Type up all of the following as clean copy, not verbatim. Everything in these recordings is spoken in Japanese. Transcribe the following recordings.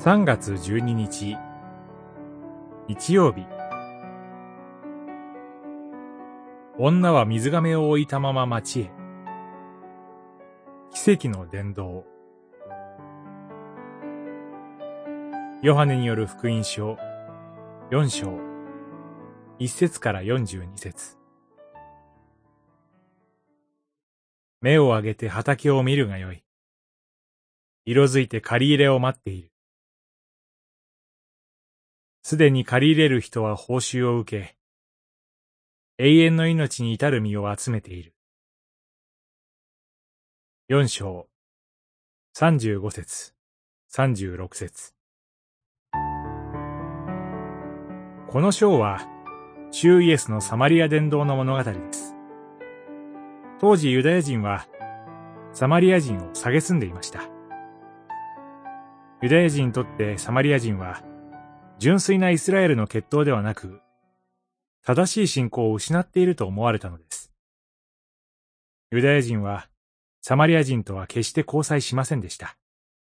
3月12日、日曜日。女は水亀を置いたまま町へ。奇跡の伝道。ヨハネによる福音書4章1節から42節。目を上げて畑を見るがよい。色づいて借り入れを待っている。すでに借り入れる人は報酬を受け、永遠の命に至る実を集めている。4章35節36節。この章は、主イエスのサマリア伝道の物語です。当時ユダヤ人は、サマリア人を蔑んでいました。ユダヤ人にとってサマリア人は、純粋なイスラエルの血統ではなく、正しい信仰を失っていると思われたのです。ユダヤ人は、サマリア人とは決して交際しませんでした。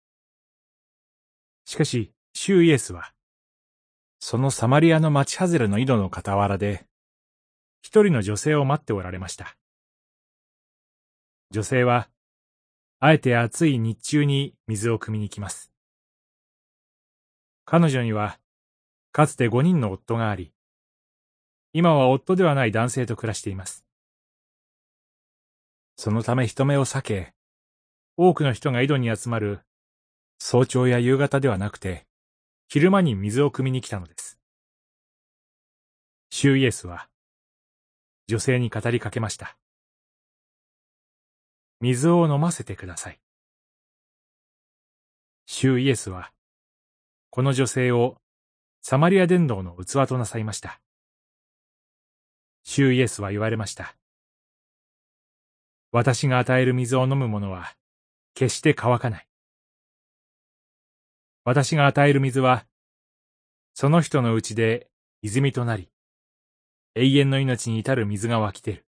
しかし、主イエスは、そのサマリアの町外れの井戸の傍らで、一人の女性を待っておられました。女性は、あえて暑い日中に水を汲みに来ます。彼女には、かつて5人の夫があり、今は夫ではない男性と暮らしています。そのため人目を避け、多くの人が井戸に集まる早朝や夕方ではなくて、昼間に水を汲みに来たのです。主イエスは、女性に語りかけました。水を飲ませてください。主イエスは、この女性をサマリア伝道の器となさいました。主イエスは言われました。私が与える水を飲む者は、決して乾かない。私が与える水は、その人のうちで泉となり、永遠の命に至る水が湧き出る。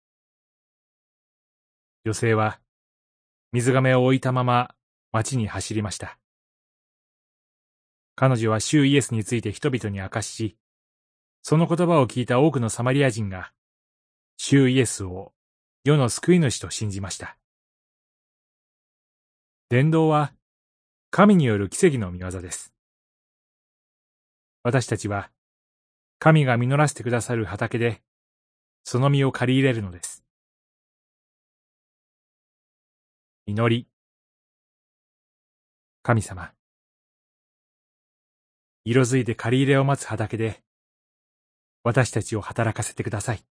女性は、水亀を置いたまま町に走りました。彼女は主イエスについて人々に明かし、その言葉を聞いた多くのサマリア人が、主イエスを世の救い主と信じました。伝道は、神による奇跡の御業です。私たちは、神が実らせてくださる畑で、その実を借り入れるのです。祈り。神様。色づいて借り入れを待つ畑で、私たちを働かせてください。